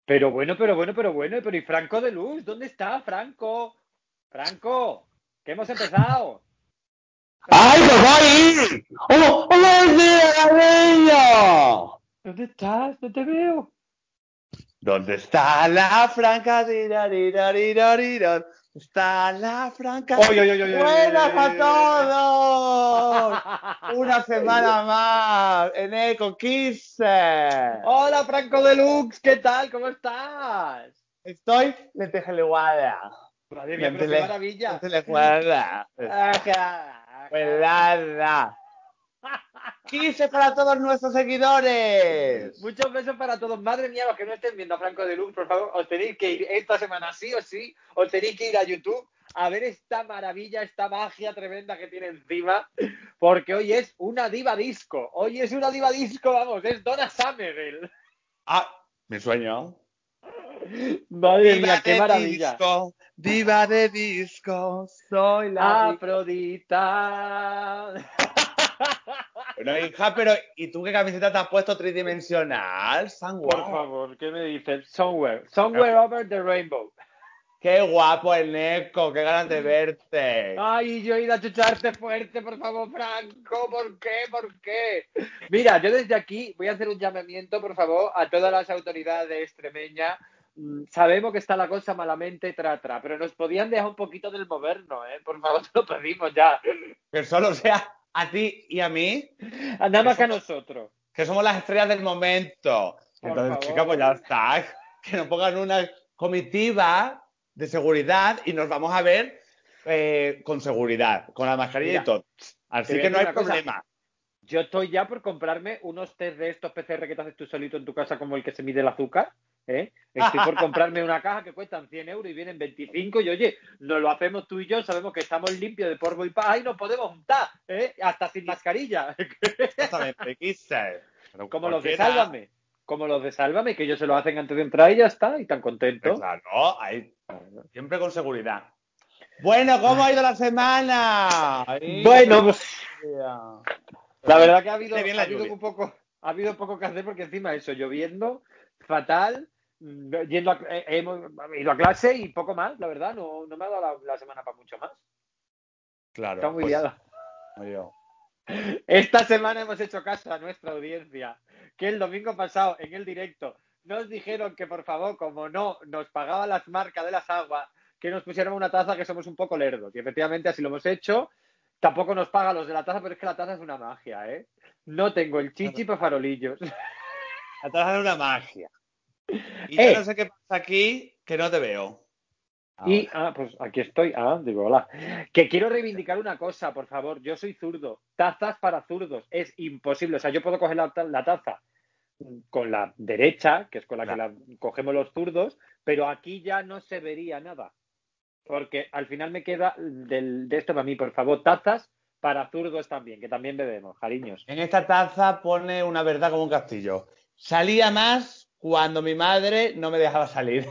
pero ¿y Franco de Luz? ¿Dónde está Franco? Franco, que hemos empezado. ¡Ay, que voy! ¡Oh, buenos días, niño! ¿Dónde estás? No te veo. ¿Dónde está la franca? ¿Dónde está la franca? ¡Oy, oy, oy, oy, oy, ¡Buenas a oy, todos! oy! Una semana más en Eco Kids. Hola, Franco Deluxe, ¿qué tal? ¿Cómo estás? Estoy lentejuelada. Madre mía, pero qué maravilla. Lentejuelada. Lentejuelada. 15 para todos nuestros seguidores. Muchos besos para todos. Madre mía, los que no estén viendo a Franco de Luz, por favor, os tenéis que ir esta semana sí o sí, os tenéis que ir a YouTube a ver esta maravilla, esta magia tremenda que tiene encima, porque hoy es una diva disco. Hoy es una diva disco, vamos, es Donna Summer. Ah, mi sueño. Madre mía, qué maravilla. Diva de disco, soy la diva. Afrodita. Bueno, hija, pero ¿y tú qué camiseta te has puesto tridimensional? San Por guapo. favor, ¿qué me dices? Somewhere over the rainbow. Qué guapo el Neco, qué ganas de verte. Ay, yo he ido a chucharte fuerte, por favor, Franco. ¿Por qué? ¿Por qué? Mira, yo desde aquí voy a hacer un llamamiento, por favor, a todas las autoridades extremeñas. Sabemos que está la cosa malamente tratra, pero nos podían dejar un poquito del moderno, ¿eh? Por favor, te lo pedimos ya. Que solo sea a ti y a mí, Nada que más que a somos, nosotros. que somos las estrellas del momento. Por Entonces, chica, pues favor. ya está. Que nos pongan una comitiva de seguridad y nos vamos a ver con seguridad, con la mascarilla y Mira, todo. te Así voy a que no decir hay una cosa. problema. Yo estoy ya por comprarme unos test de estos PCR que te haces tú solito en tu casa, como el que se mide el azúcar. ¿Eh? Estoy por comprarme una caja que cuestan 100 euros y vienen 25. Y oye, nos lo hacemos tú y yo, sabemos que estamos limpios de polvo y paja y nos podemos juntar, ¿eh? Hasta sin mascarilla. Exactamente, quise. Pero Como los de cualquiera, Sálvame. Como los de Sálvame, que ellos se lo hacen antes de entrar y ya está, y tan contentos. claro, ahí, siempre con seguridad. Bueno, ¿cómo ha ido la semana? Ay, qué Bueno, pues maravilla. la Bueno, verdad que viene bien ha la habido lluvia. muy poco, ha habido poco que hacer porque encima eso, lloviendo, fatal, yendo hemos ido a clase y poco más, la verdad, no me ha dado la semana para mucho más. Está Claro, muy pues liada. como yo. Esta semana hemos hecho caso a nuestra audiencia, que el domingo pasado en el directo nos dijeron que por favor, como no nos pagaban las marcas de las aguas, que nos pusiéramos una taza que somos un poco lerdos. Y efectivamente así lo hemos hecho. Tampoco nos pagan los de la taza, pero es que la taza es una magia, ¿eh? No tengo el chichi para farolillos. Atrás de una magia. Y yo no ¡Eh! sé qué pasa aquí, que no te veo. Y, Ahora. pues aquí estoy. Digo, hola. Que quiero reivindicar una cosa, por favor. Yo soy zurdo. Tazas para zurdos. Es imposible. O sea, yo puedo coger la taza con la derecha, que es con la que Claro. la cogemos los zurdos, pero aquí ya no se vería nada. Porque al final me queda de esto para mí, por favor, tazas para zurdos también, que también bebemos, cariños. En esta taza pone una verdad como un castillo. Salía más cuando mi madre no me dejaba salir.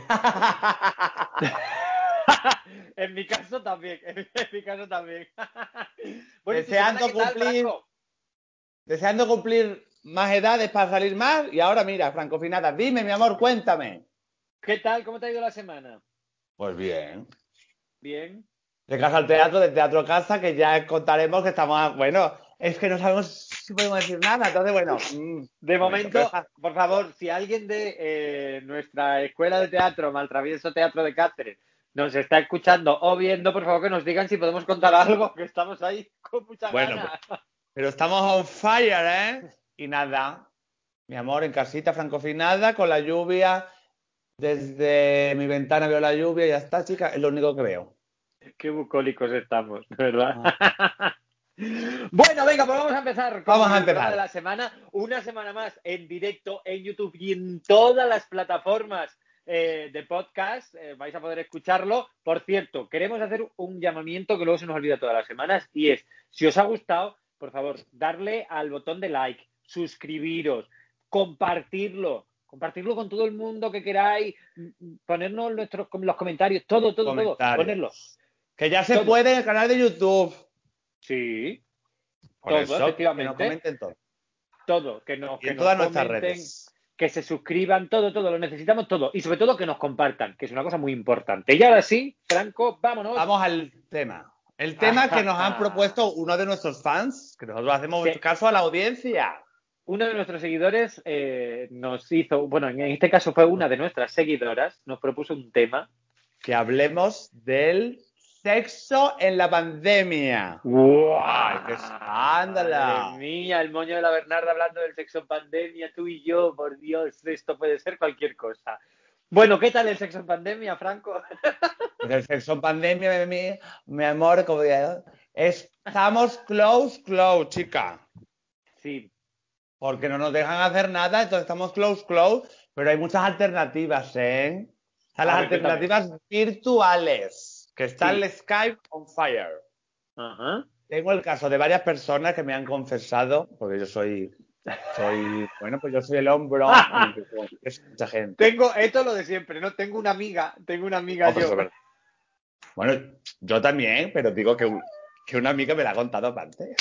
En mi caso también, en mi caso también. Bueno, ¿y tu semana Deseando qué tal, cumplir, Franco? deseando cumplir más edades para salir más. Y ahora mira, Franco Finata, dime, mi amor, cuéntame. ¿Qué tal? ¿Cómo te ha ido la semana? Pues bien. Bien. De casa al teatro, de teatro a casa, que ya contaremos que estamos. Bueno, es que no sabemos si podemos decir nada. Entonces, bueno, De momento, pero momento, por favor, si alguien de nuestra escuela de teatro, Maltravieso Teatro de Cáceres, nos está escuchando o viendo, por favor que nos digan si podemos contar algo, que estamos ahí con mucha bueno, ganas. pero estamos on fire, ¿eh? Y nada, mi amor, en casita, francofinada, con la lluvia. Desde mi ventana veo la lluvia y ya está, chica, es lo único que veo. Qué bucólicos estamos, ¿verdad? Ah. Bueno, venga, pues vamos a empezar con Vamos a el programa de empezar. la semana. Una semana más en directo en YouTube y en todas las plataformas de podcast. Vais a poder escucharlo. Por cierto, queremos hacer un llamamiento que luego se nos olvida todas las semanas y es, si os ha gustado, por favor, darle al botón de like, suscribiros, compartirlo. Compartirlo con todo el mundo que queráis, ponernos los comentarios, todo, ponerlo, Comentarios. Que ya se todo. puede en el canal de YouTube. Sí, Por todo, eso, que nos efectivamente. comenten todo. Todo, Y que en nos todas nuestras comenten, redes. que se suscriban, todo, lo necesitamos todo. Y sobre todo que nos compartan, que es una cosa muy importante. Y ahora sí, Franco, vámonos. Vamos al tema. El tema que nos han propuesto uno de nuestros fans, que nosotros hacemos caso a la audiencia. Uno de nuestros seguidores nos hizo, bueno, en este caso fue una de nuestras seguidoras, nos propuso un tema. Que hablemos del sexo en la pandemia. ¡Wow! ¡Ay, qué escándalo! Madre mía, el moño de la Bernarda hablando del sexo en pandemia, tú y yo, por Dios, esto puede ser cualquier cosa. Bueno, ¿qué tal el sexo en pandemia, Franco? Pues el sexo en pandemia, mi amor, como digo, estamos close, chica. Sí. Porque no nos dejan hacer nada, entonces estamos close, pero hay muchas alternativas, ¿eh? Están las alternativas virtuales, que está el Skype on fire. Ajá. Tengo el caso de varias personas que me han confesado, porque yo soy bueno, pues yo soy el hombro en el que es mucha gente. Esto es lo de siempre, ¿no? Tengo una amiga No, yo. Bueno, yo también, pero digo que una amiga me la ha contado aparte.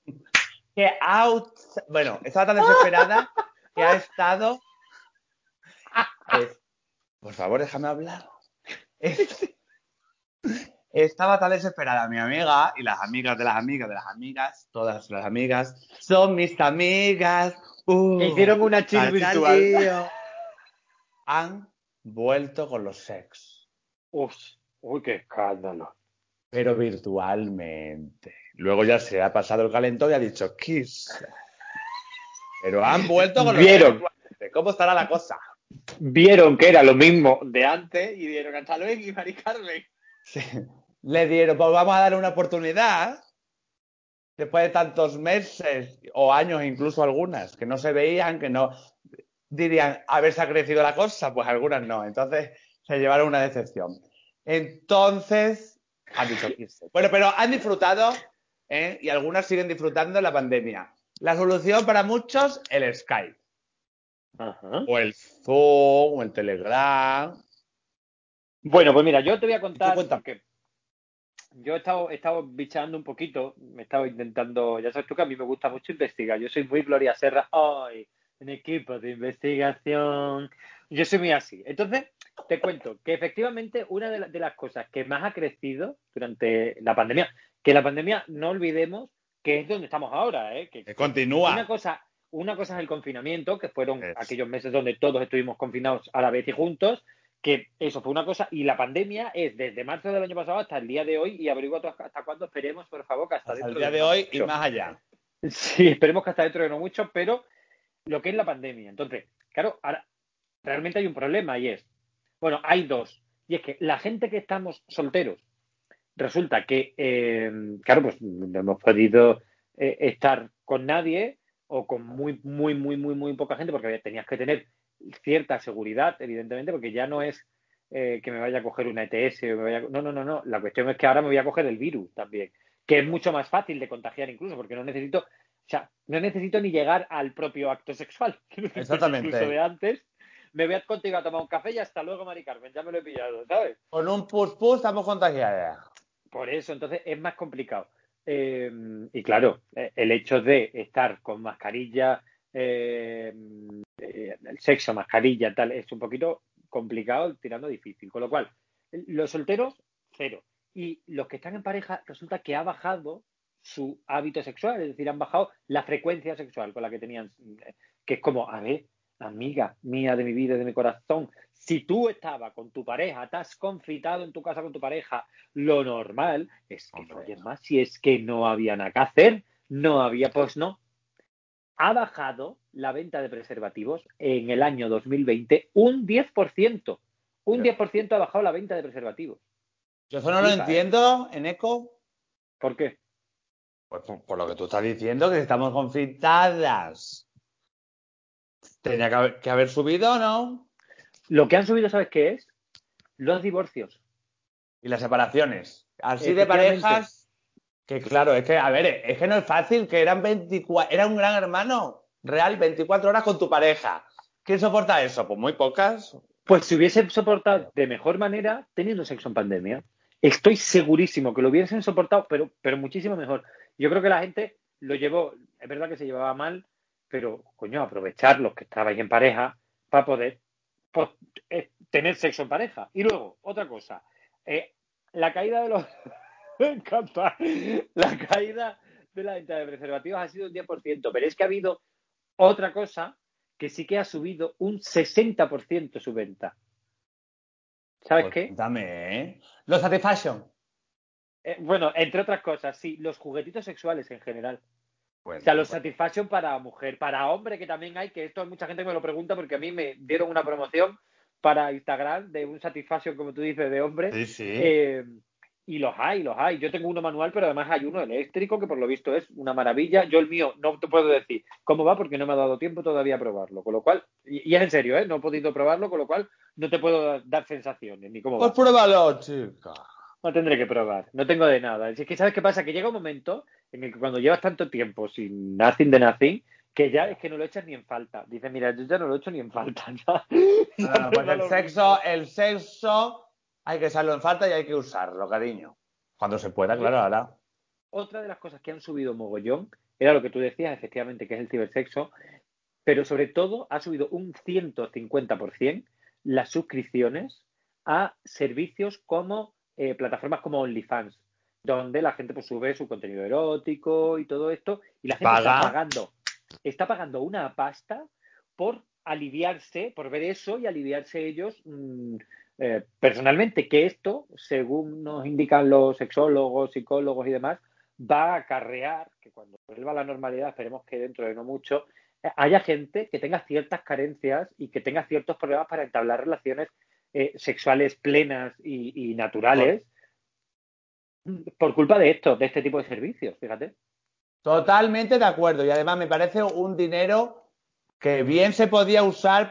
Bueno, estaba tan desesperada que ha estado... Por favor, déjame hablar. Estaba tan desesperada mi amiga y las amigas de las amigas de las amigas, todas las amigas, son mis amigas. Hicieron una chill virtual. Han vuelto con los sex. Uy, qué escándalo. Pero virtualmente. Luego ya se ha pasado el calentón y ha dicho kiss. Pero han vuelto con los sex virtualmente. ¿Cómo estará la cosa? Vieron que era lo mismo de antes y dieron hasta luego y Mari Carmen. Sí. Le dieron, pues vamos a darle una oportunidad. Después de tantos meses o años, incluso algunas, que no se veían, que no dirían, a ver si ha crecido la cosa, pues algunas no. Entonces se llevaron una decepción. Entonces, han dicho irse. Bueno, pero han disfrutado, ¿eh? Y algunas siguen disfrutando en la pandemia. La solución para muchos, el Skype. Ajá. O el Zoom, o el Telegram. Bueno, pues mira, yo te voy a contar, Cuéntame. porque yo he estado bichando un poquito, me he estado intentando, ya sabes tú que a mí me gusta mucho investigar, yo soy muy Gloria Serra, ¡ay! En equipo de investigación, yo soy muy así. Entonces, te cuento que efectivamente una de las cosas que más ha crecido durante la pandemia, que la pandemia no olvidemos que es donde estamos ahora, ¿eh? Que Continúa. una cosa es el confinamiento, que fueron aquellos meses donde todos estuvimos confinados a la vez y juntos, que eso fue una cosa, y la pandemia es desde marzo del año pasado hasta el día de hoy, y averigua hasta cuándo, esperemos, por favor, que hasta el dentro día de no hoy mucho. y más allá. Sí, esperemos que hasta dentro de no mucho, pero lo que es la pandemia. Entonces, claro, ahora realmente hay un problema y es, bueno, hay dos, y es que la gente que estamos solteros, resulta que, claro, pues no hemos podido estar con nadie o con muy poca gente porque tenías que tener cierta seguridad, evidentemente, porque ya no es que me vaya a coger una ETS o me vaya... No. La cuestión es que ahora me voy a coger el virus también, que es mucho más fácil de contagiar incluso porque no necesito ni llegar al propio acto sexual. Exactamente. Incluso de antes, me voy contigo a tomar un café y hasta luego, Mari Carmen, ya me lo he pillado, ¿sabes? Con un pus estamos contagiadas. Por eso, entonces es más complicado. Y claro, el hecho de estar con mascarilla, el sexo, mascarilla, tal, es un poquito complicado, tirando difícil. Con lo cual, los solteros, cero. Y los que están en pareja, resulta que ha bajado su hábito sexual, es decir, han bajado la frecuencia sexual con la que tenían, que es como, a ver, amiga mía de mi vida, de mi corazón, si tú estabas con tu pareja, te has confitado en tu casa con tu pareja, lo normal es que no oyes más. Si es que no había nada que hacer, no había, pues no. Ha bajado la venta de preservativos en el año 2020 un 10%. Un 10% ha bajado la venta de preservativos. Yo eso no lo entiendo, Eneco. ¿Por qué? Pues por lo que tú estás diciendo, que estamos confitadas. ¿Tenía que haber subido o no? Lo que han subido, ¿sabes qué es? Los divorcios. Y las separaciones. Así de parejas, que claro, es que, a ver, es que no es fácil, que eran 24, era un gran hermano real 24 horas con tu pareja. ¿Quién soporta eso? Pues muy pocas. Pues si hubiesen soportado de mejor manera teniendo sexo en pandemia. Estoy segurísimo que lo hubiesen soportado, pero muchísimo mejor. Yo creo que la gente lo llevó, es verdad que se llevaba mal, pero coño, aprovechar los que estabais en pareja para poder pues, tener sexo en pareja. Y luego, otra cosa, la caída de los... Me encanta. La caída de la venta de preservativos ha sido un 10%, pero es que ha habido otra cosa que sí que ha subido un 60% su venta. ¿Sabes Pues qué? cuéntame, ¿eh? Los Satisfaction. Bueno, entre otras cosas, sí, los juguetitos sexuales en general. O sea, los Bueno, Satisfaction para mujer, para hombre que también hay, que esto hay mucha gente que me lo pregunta porque a mí me dieron una promoción para Instagram de un Satisfaction, como tú dices, de hombre. sí, sí. eh, y los hay, los hay. Yo tengo uno manual, pero además hay uno eléctrico que por lo visto es una maravilla. Yo el mío no te puedo decir cómo va porque no me ha dado tiempo todavía a probarlo. Con lo cual, y es en serio, ¿eh? No he podido probarlo, con lo cual no te puedo dar sensaciones ni cómo Pues va. pruébalo, chica. No tendré que probar, no tengo de nada. Es que, ¿sabes qué pasa? Que llega un momento en el que cuando llevas tanto tiempo sin nothing de nothing, que ya es Ya. que no lo echas ni en falta. Dices, mira, yo ya no lo echo ni en falta, ya, No, ya no, me pues da lo mismo. el sexo hay que echarlo en falta y hay que usarlo, cariño. Cuando se pueda, Y claro, ahora. otra de las cosas que han subido mogollón era lo que tú decías, efectivamente, que es el cibersexo, pero sobre todo ha subido un 150% las suscripciones a servicios como plataformas como OnlyFans, donde la gente pues sube su contenido erótico y todo esto, y la gente Paga. está pagando una pasta por aliviarse, por ver eso y aliviarse ellos personalmente, que esto, según nos indican los sexólogos, psicólogos y demás, va a acarrear que cuando vuelva a la normalidad, esperemos que dentro de no mucho, haya gente que tenga ciertas carencias y que tenga ciertos problemas para entablar relaciones sexuales plenas y To- naturales por culpa de esto, de este tipo de servicios, fíjate. Totalmente de acuerdo. Y además me parece un dinero que bien se podía usar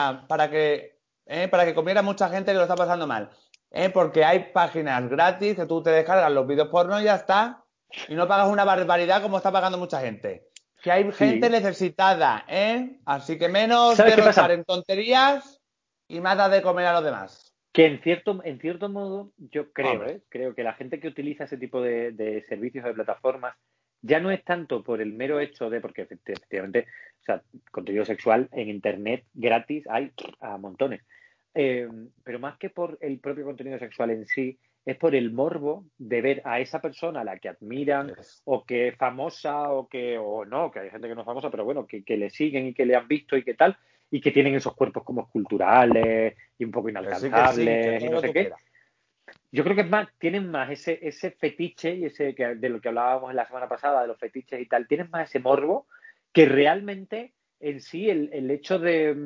para que comiera mucha gente que lo está pasando mal. Porque hay páginas gratis que tú te descargas los vídeos porno y ya está. Y no pagas una barbaridad como está pagando mucha gente. Que hay gente Sí. necesitada, ¿eh? Así que menos ¿Sabes qué derrochar pasa? en tonterías y más dar de comer a los demás. Que en cierto modo, yo creo, Hombre, creo que la gente que utiliza ese tipo de servicios de plataformas ya no es tanto por el mero hecho de, porque efectivamente, o sea, contenido sexual en internet gratis hay a montones. Eh, pero más que por el propio contenido sexual en sí, es por el morbo de ver a esa persona a la que admiran es- o que es famosa o no, que hay gente que no es famosa, pero bueno, que le siguen y que le han visto y que tal, y que tienen esos cuerpos como esculturales y un poco que sí, que inalcanzables y todo no lo que sé tú qué. quieras. Yo creo que es más, tienen más ese fetiche y de lo que hablábamos en la semana pasada, de los fetiches y tal, tienen más ese morbo que realmente en sí el hecho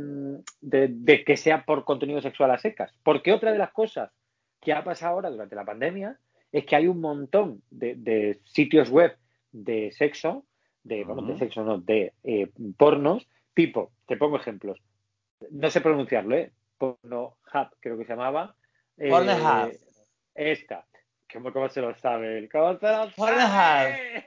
de que sea por contenido sexual a secas. Porque otra de las cosas que ha pasado ahora durante la pandemia es que hay un montón de sitios web de sexo, vamos, de Mm. sexo no, de pornos, tipo, te pongo ejemplos, no sé pronunciarlo, Porno Hub, creo que se llamaba. Pornhub. Eh, esta. ¿Cómo se lo sabe? ¿Cómo se lo Pornhub. sabe?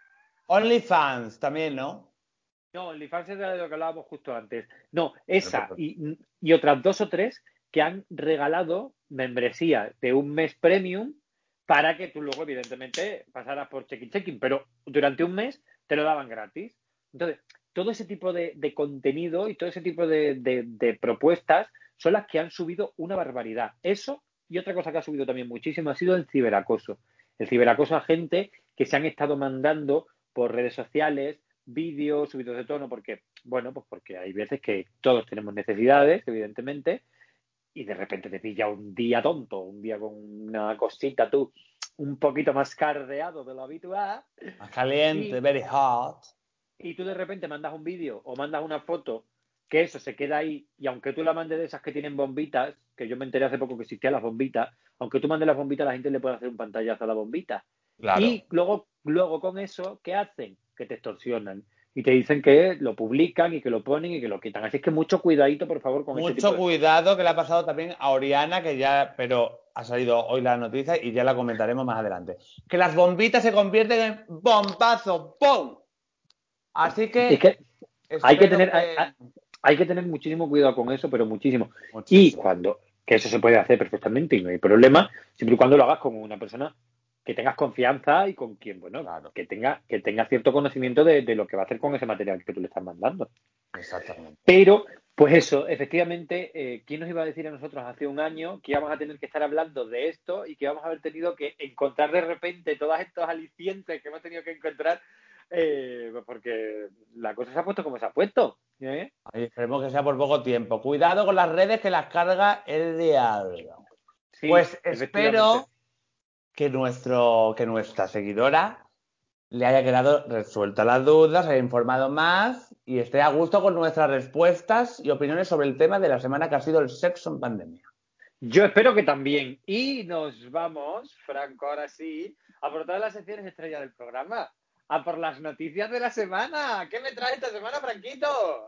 OnlyFans también, ¿no? No, OnlyFans era de lo que hablábamos justo antes. No, Bueno, esa y otras dos o tres que han regalado membresía de un mes premium para que tú luego, evidentemente, pasaras por check-in, pero durante un mes te lo daban gratis. Entonces, todo ese tipo de contenido y todo ese tipo de propuestas son las que han subido una barbaridad. Eso y otra cosa que ha subido también muchísimo ha sido el ciberacoso. El ciberacoso a gente que se han estado mandando por redes sociales vídeos subidos de tono, porque, bueno, pues porque hay veces que todos tenemos necesidades, evidentemente, y de repente te pilla un día tonto, un día con una cosita tú un poquito más cardeado de lo habitual, Más caliente, y, very hot. y tú de repente mandas un vídeo o mandas una foto, que eso se queda ahí, y aunque tú la mandes de esas que tienen bombitas, que yo me enteré hace poco que existían las bombitas, aunque tú mandes las bombitas, la gente le puede hacer un pantallazo a la bombita. Claro. Y luego con eso, ¿qué hacen? Que te extorsionan. Y te dicen que lo publican y que lo ponen y que lo quitan. Así es que mucho cuidadito, por favor, con ese tipo Mucho de cosas. cuidado que le ha pasado también a Oriana, que ya, pero ha salido hoy la noticia y ya la comentaremos más adelante. Que las bombitas se convierten en bombazo, ¡pum! Así Es que que hay que espero tener, que... hay que tener muchísimo cuidado con eso, pero muchísimo. Y Muchísimo. que eso se puede hacer perfectamente y no hay problema, siempre y cuando lo hagas con una persona que tengas confianza y con quien, bueno, Claro, que tenga cierto conocimiento de lo que va a hacer con ese material que tú le estás mandando. exactamente. Pero Pues eso, efectivamente, ¿quién nos iba a decir a nosotros hace un año que íbamos a tener que estar hablando de esto y que íbamos a haber tenido que encontrar de repente todos estos alicientes que hemos tenido que encontrar? Pues porque la cosa se ha puesto como se ha puesto, ¿eh? Ay, esperemos que sea por poco tiempo. Cuidado con las redes que las carga el diablo. Sí, Pues efectivamente. espero que nuestra seguidora le haya quedado resuelta las dudas, haya informado más y esté a gusto con nuestras respuestas y opiniones sobre el tema de la semana que ha sido el sexo en pandemia. Yo espero que también. Y nos vamos, Franco, ahora sí, a por todas las secciones estrella del programa. A por las noticias de la semana. ¿Qué me trae esta semana, Franquito?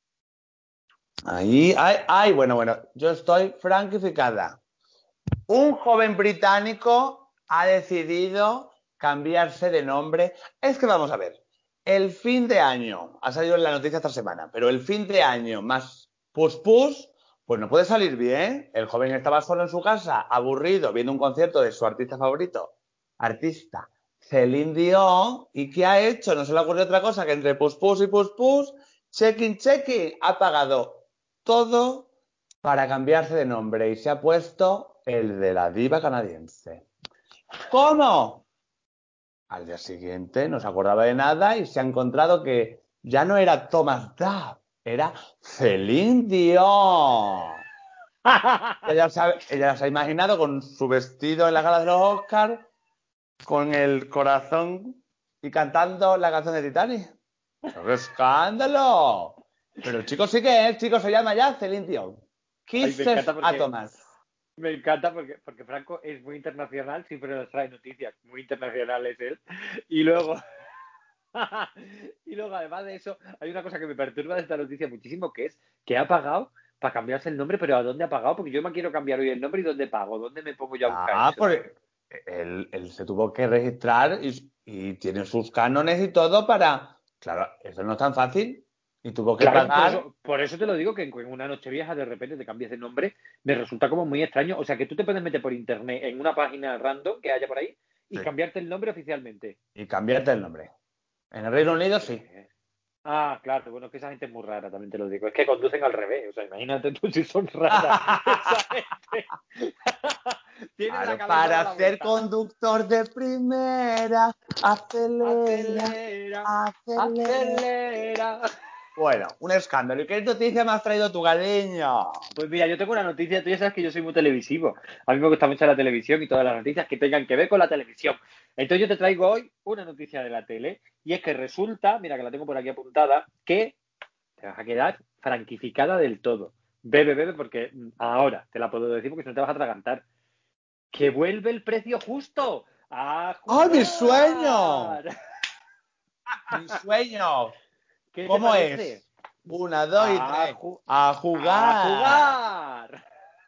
Ahí, bueno, yo estoy franquificada. Un joven británico ha decidido cambiarse de nombre. Es que vamos a ver, el fin de año, ha salido en la noticia esta semana, pero el fin de año más pus, pues no puede salir bien. El joven estaba solo en su casa, aburrido, viendo un concierto de su artista favorito, artista Celine Dion, ¿y qué ha hecho? No se le ocurrió otra cosa que entre pus y pus, checking, ha pagado todo para cambiarse de nombre y se ha puesto el de la diva canadiense. ¿Cómo? Al día siguiente no se acordaba de nada y se ha encontrado que ya no era Thomas Duff, era Celine Dion. Ella se ha imaginado con su vestido en la gala de los Oscars, con el corazón y cantando la canción de Titanic. ¡Qué escándalo! Pero el chico sí que es, chico se llama ya Celine Dion. Ay, Kisses a Thomas. me encanta porque Franco es muy internacional, siempre nos trae noticias muy internacionales él. Y luego, y luego, además de eso, hay una cosa que me perturba de esta noticia muchísimo, que es que ha pagado para cambiarse el nombre, pero ¿a dónde ha pagado? Porque yo me quiero cambiar hoy el nombre y ¿dónde pago? ¿Dónde me pongo yo a buscar Ah, eso? porque él se tuvo que registrar y tiene sus cánones y todo para... Claro, eso no es tan fácil. Y tuvo que Claro, pagar. por eso te lo digo que en una noche vieja de repente te cambies de nombre, me resulta como muy extraño. O sea, que tú te puedes meter por internet en una página random que haya por ahí y Sí. cambiarte el nombre oficialmente. Y cambiarte el nombre. En el Reino Unido sí. ¿Qué? Ah, claro, bueno, es que esa gente es muy rara, también te lo digo. Es que conducen al revés, o sea, imagínate tú si son raras. Esa gente tienen la Claro, cabeza para dada la ser vuelta. conductor de primera, acelera, Acelera, acelera. acelera. Bueno, un escándalo. ¿Y qué noticia me has traído tu cariño? Pues mira, yo tengo una noticia, tú ya sabes que yo soy muy televisivo. A mí me gusta mucho la televisión y todas las noticias que tengan que ver con la televisión. Entonces yo te traigo hoy una noticia de la tele y es que resulta, mira que la tengo por aquí apuntada, que te vas a quedar franquificada del todo. Bebe, porque ahora te la puedo decir porque si no te vas a atragantar. Que vuelve el precio justo a ¡Ay, mi sueño! jugar. Mi sueño. ¿Qué te ¿Cómo es? parece? Una, dos y A, tres. ju A a jugar. jugar.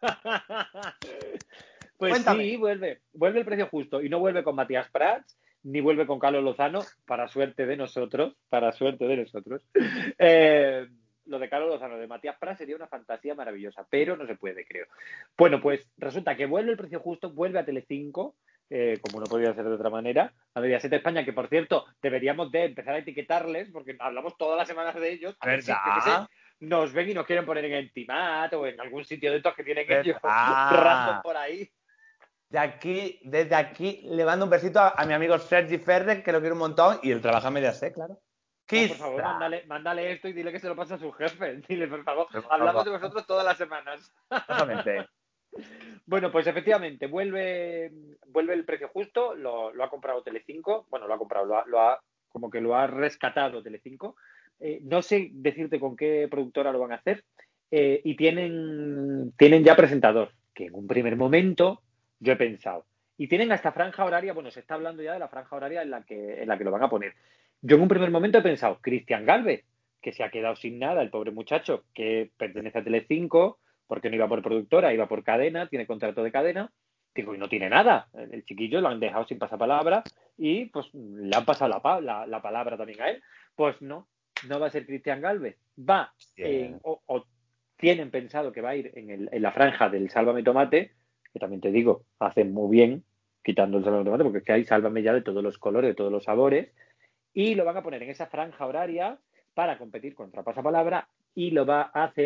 Pues Cuéntame. sí, vuelve el precio justo y no vuelve con Matías Prats ni vuelve con Carlos Lozano, para suerte de nosotros, para suerte de nosotros. Eh, lo de Carlos Lozano, de Matías Prats sería una fantasía maravillosa, pero no se puede, creo. Bueno, pues resulta que vuelve el precio justo, vuelve a Telecinco, como no podía ser de otra manera, a Mediaset España, que por cierto deberíamos de empezar a etiquetarles, porque hablamos todas las semanas de ellos, a ver si, yo qué sé, ¿Verdad? nos ven y nos quieren poner en Entimat o en algún sitio de estos que tienen ellos random ¿Verdad? por ahí. Desde aquí, le mando un besito a mi amigo Sergi Ferrer, que lo quiero un montón, y él trabaja en Mediaset, claro. Pues por favor, Quizá. mándale esto y dile que se lo pase a su jefe. Dile, por favor, Por hablamos favor. de vosotros todas las semanas. Exactamente. Bueno, pues efectivamente, vuelve el precio justo, lo ha comprado Telecinco, bueno, lo ha comprado, como que lo ha rescatado Telecinco. No sé decirte con qué productora lo van a hacer, y tienen ya presentador, que en un primer momento yo he pensado. Y tienen hasta franja horaria, bueno, se está hablando ya de la franja horaria en la que lo van a poner. Yo en un primer momento he pensado, Cristian Galvez, que se ha quedado sin nada, el pobre muchacho, que pertenece a Telecinco, porque no iba por productora, iba por cadena, tiene contrato de cadena. Digo, y no tiene nada. El chiquillo lo han dejado sin pasapalabra y pues le han pasado la palabra también a él. Pues no va a ser Cristian Galvez. Va Bien. o tienen pensado que va a ir en la franja del Sálvame Tomate, que también te digo, hacen muy bien quitando el Sálvame Tomate, porque es que hay Sálvame ya de todos los colores, de todos los sabores, y lo van a poner en esa franja horaria para competir contra Pasapalabra y lo va a hacer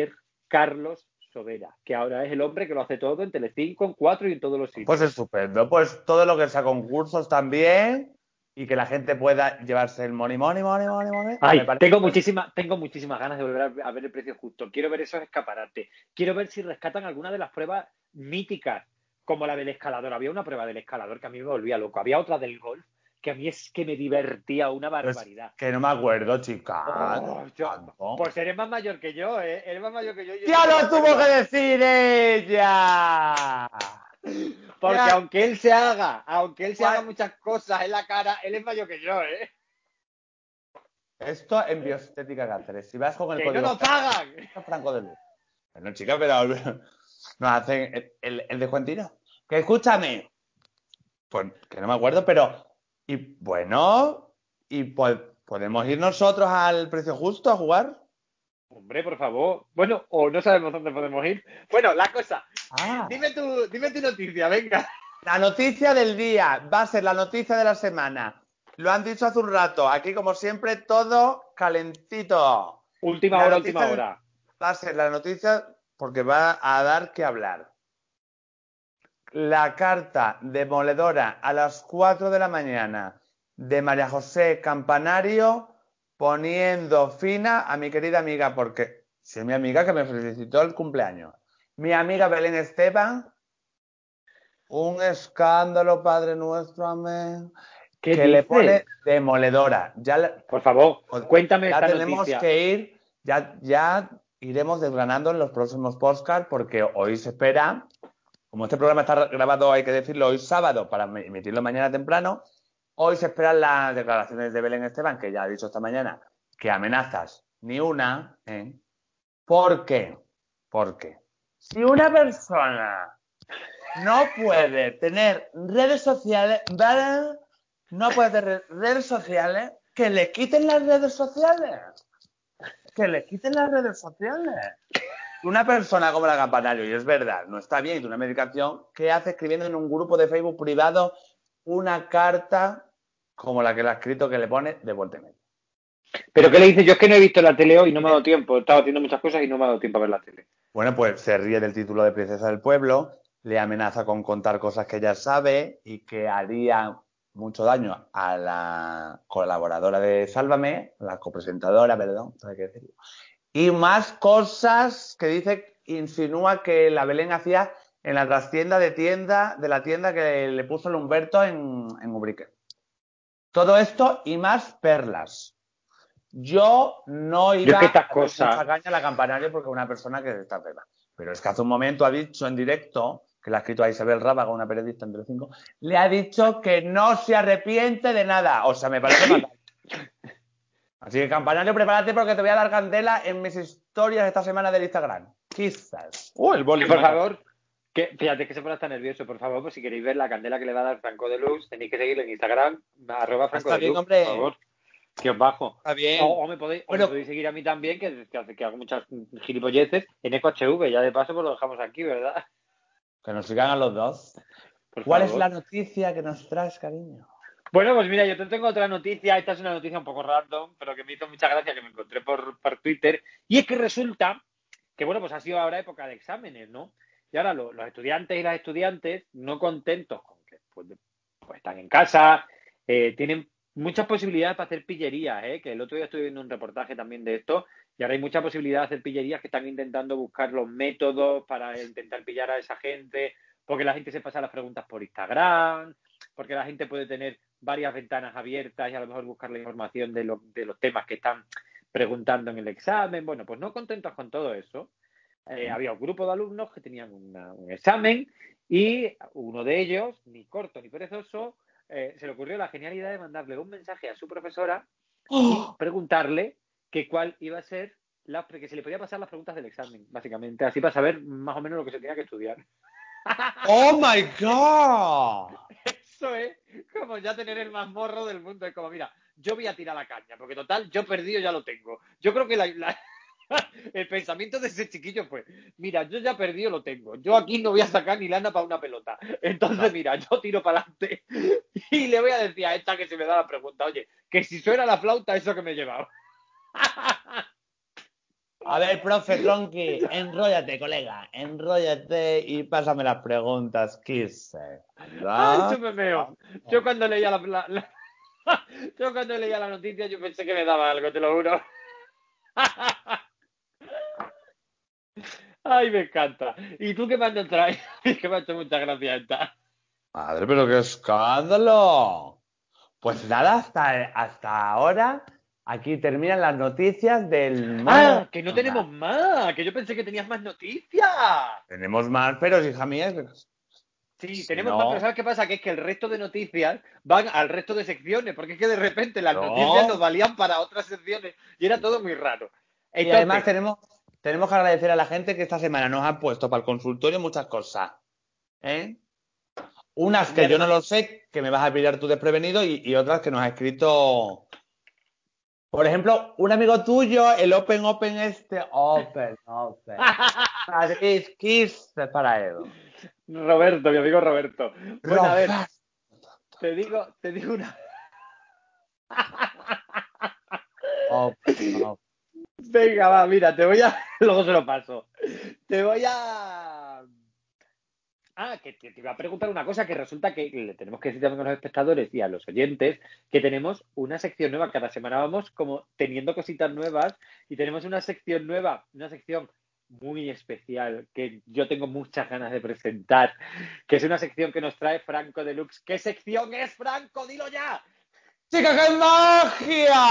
Carlos Sobera, que ahora es el hombre que lo hace todo en Telecinco, en Cuatro y en todos los sitios. Pues estupendo. Pues todo lo que sea concursos también y que la gente pueda llevarse el money. Ay, Me parece. tengo muchísimas ganas de volver a ver el precio justo. Quiero ver esos escaparates. Quiero ver si rescatan alguna de las pruebas míticas, como la del escalador. Había una prueba del escalador que a mí me volvía loco. Había otra del golf que a mí es que me divertía una Pues barbaridad. que no me acuerdo, chica. Oh, ¿Tanto? pues eres más mayor que yo, ¿eh? Eres más mayor que yo. Yo sí ¡Ya que me lo tuvo que acuerdo. decir ella! Porque Ya. aunque él se haga muchas cosas en la cara, él es mayor que yo, ¿eh? Esto en Bioestética Cáceres. Si vas con el ¡Que no código nos pagan! franco de luz. Bueno, chica, pero nos hacen el descuentino. Que escúchame. Pues que no me acuerdo, pero. Y bueno, y pues podemos ir nosotros al precio justo a jugar. Hombre, por favor. Bueno, o no sabemos dónde podemos ir. Bueno, la cosa. Ah. Dime tu noticia, venga. La noticia del día va a ser la noticia de la semana. Lo han dicho hace un rato. Aquí, como siempre, todo calentito. Última La hora, noticia última hora. va a ser la noticia porque va a dar que hablar. La carta demoledora a las 4 de la mañana de María José Campanario poniendo fina a mi querida amiga, porque si es mi amiga que me felicitó el cumpleaños. Mi amiga Belén Esteban, un escándalo, Padre Nuestro, amén, ¿Qué que le dices? pone demoledora. Por favor, cuéntame Ya esta tenemos noticia. que ir, ya iremos desgranando en los próximos podcasts porque hoy se espera, como este programa está grabado, hay que decirlo, hoy sábado para emitirlo mañana temprano, hoy se esperan las declaraciones de Belén Esteban, que ya ha dicho esta mañana que amenazas ni una, ¿eh? ¿Por qué? Porque si una persona no puede tener redes sociales, ¿vale? No puede tener redes sociales, que le quiten las redes sociales. Que le quiten las redes sociales. Una persona como la Campanario, y es verdad, no está bien, es una medicación, ¿qué hace escribiendo en un grupo de Facebook privado una carta como la que le ha escrito que le pone de vuelta y media? ¿Pero qué le dices? Yo es que no he visto la tele hoy, no me ha dado tiempo. He estado haciendo muchas cosas y no me ha dado tiempo a ver la tele. Bueno, pues se ríe del título de Princesa del Pueblo, le amenaza con contar cosas que ella sabe y que haría mucho daño a la colaboradora de Sálvame, la copresentadora, perdón, hay que decirlo. Y más cosas que dice, insinúa que la Belén hacía en la trastienda de la tienda que le puso el Humberto en Ubrique. Todo esto y más perlas. Yo no Yo es que iba estas a darle cosas. mucha caña a la Campanario porque es una persona que está enferma. Pero es que hace un momento ha dicho en directo, que le ha escrito a Isabel Rábaga, una periodista en Telecinco, le ha dicho que no se arrepiente de nada. O sea, me parece fatal. Así que, Campanario, prepárate porque te voy a dar candela en mis historias esta semana del Instagram. Quizás. El boli Por mata. favor, fíjate que se pone hasta nervioso. Por favor, pues si queréis ver la candela que le va a dar Franco de Luz, tenéis que seguirle en Instagram, @Franco Está de bien, Luz, por hombre. favor, que os bajo. Está bien. O me Bueno, podéis seguir a mí también, que hago muchas gilipolleces, en EcoHV. Ya de paso, pues lo dejamos aquí, ¿verdad? que nos sigan a los dos. Por ¿Cuál es favor. la noticia que nos traes, cariño? Bueno, pues mira, yo te tengo otra noticia. Esta es una noticia un poco random, pero que me hizo mucha gracia, que me encontré por Twitter. Y es que resulta que, bueno, pues ha sido ahora época de exámenes, ¿no? Y ahora los estudiantes y las estudiantes, no contentos con que pues están en casa, tienen muchas posibilidades para hacer pillerías, ¿eh? Que el otro día estuve viendo un reportaje también de esto, y ahora hay mucha posibilidad de hacer pillerías que están intentando buscar los métodos para intentar pillar a esa gente, porque la gente se pasa las preguntas por Instagram, porque la gente puede tener varias ventanas abiertas y a lo mejor buscar la información de los temas que están preguntando en el examen. Bueno, pues no contentos con todo eso. Había un grupo de alumnos que tenían un examen y uno de ellos, ni corto ni perezoso, se le ocurrió la genialidad de mandarle un mensaje a su profesora y preguntarle que cuál iba a ser que se le podía pasar las preguntas del examen, básicamente, así para saber más o menos lo que se tenía que estudiar. ¡Oh, my God! Eso es como ya tener el más morro del mundo. Es como, mira, yo voy a tirar la caña, porque total, yo perdido ya lo tengo. Yo creo que el pensamiento de ese chiquillo fue, mira, yo ya perdido lo tengo. Yo aquí no voy a sacar ni lana para una pelota. Entonces, No. mira, yo tiro para adelante y le voy a decir a esta que se me da la pregunta, oye, que si suena la flauta, eso que me he llevado. A ver, profe Tronqui, enróllate, colega, enróllate y pásame las preguntas, quise. ¡Ay, ¿Verdad? yo me meo! Yo cuando leía yo cuando leía la noticia yo pensé que me daba algo, te lo juro. ¡Ay, me encanta! ¿Y tú qué me has traído? Que me ha hecho mucha gracia esta. Madre, pero qué escándalo. Pues nada, hasta ahora, aquí terminan las noticias del mono. ¡Ah! Que no tenemos más, que yo pensé que tenías más noticias. Tenemos más, pero hija mía, Sí, si tenemos más, pero no, ¿sabes qué pasa? Que es que el resto de noticias van al resto de secciones, porque es que de repente las noticias nos no. valían para otras secciones y era todo muy raro. Y además Entonces, tenemos que agradecer a la gente que esta semana nos ha puesto para el consultorio muchas cosas. ¿Eh? Unas y que yo no además, lo sé, que me vas a pillar tú desprevenido, y otras que nos ha escrito. Por ejemplo, un amigo tuyo, el Open este. Open. Madrid Kiss es para él. Roberto, mi amigo Roberto. Bueno, a ver, Roberto. te digo una. Open. Venga, va, mira, luego se lo paso. Te voy a. Ah, que te iba a preguntar una cosa, que resulta que le tenemos que decir también a los espectadores y a los oyentes que tenemos una sección nueva. Cada semana vamos como teniendo cositas nuevas y tenemos una sección nueva, una sección muy especial que yo tengo muchas ganas de presentar, que es una sección que nos trae Franco Deluxe. ¿Qué sección es, Franco? ¡Dilo ya! ¡Chica, qué magia!